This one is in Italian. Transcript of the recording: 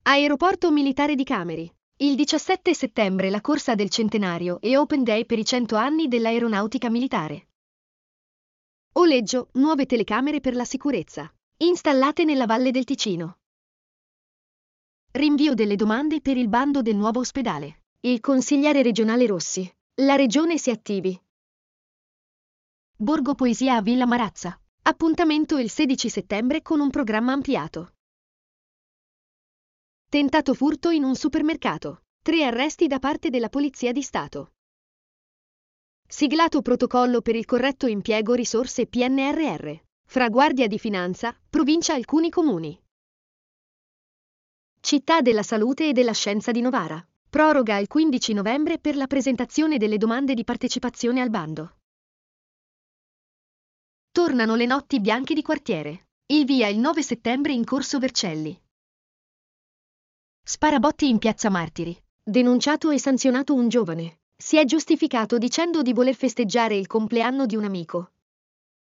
Aeroporto militare di Cameri. Il 17 settembre la corsa del centenario e Open Day per i 100 anni dell'aeronautica militare. Oleggio, nuove telecamere per la sicurezza, installate nella Valle del Ticino. Rinvio delle domande per il bando del nuovo ospedale. Il consigliere regionale Rossi. La regione si attivi. Borgo Poesia a Villa Marazza. Appuntamento il 16 settembre con un programma ampliato. Tentato furto in un supermercato. 3 arresti da parte della Polizia di Stato. Siglato protocollo per il corretto impiego risorse PNRR. Fra Guardia di Finanza, Provincia e alcuni comuni. Città della Salute e della Scienza di Novara. Proroga al 15 novembre per la presentazione delle domande di partecipazione al bando. Tornano le notti bianche di quartiere. Il via il 9 settembre in Corso Vercelli. Sparabotti in Piazza Martiri. Denunciato e sanzionato un giovane. Si è giustificato dicendo di voler festeggiare il compleanno di un amico.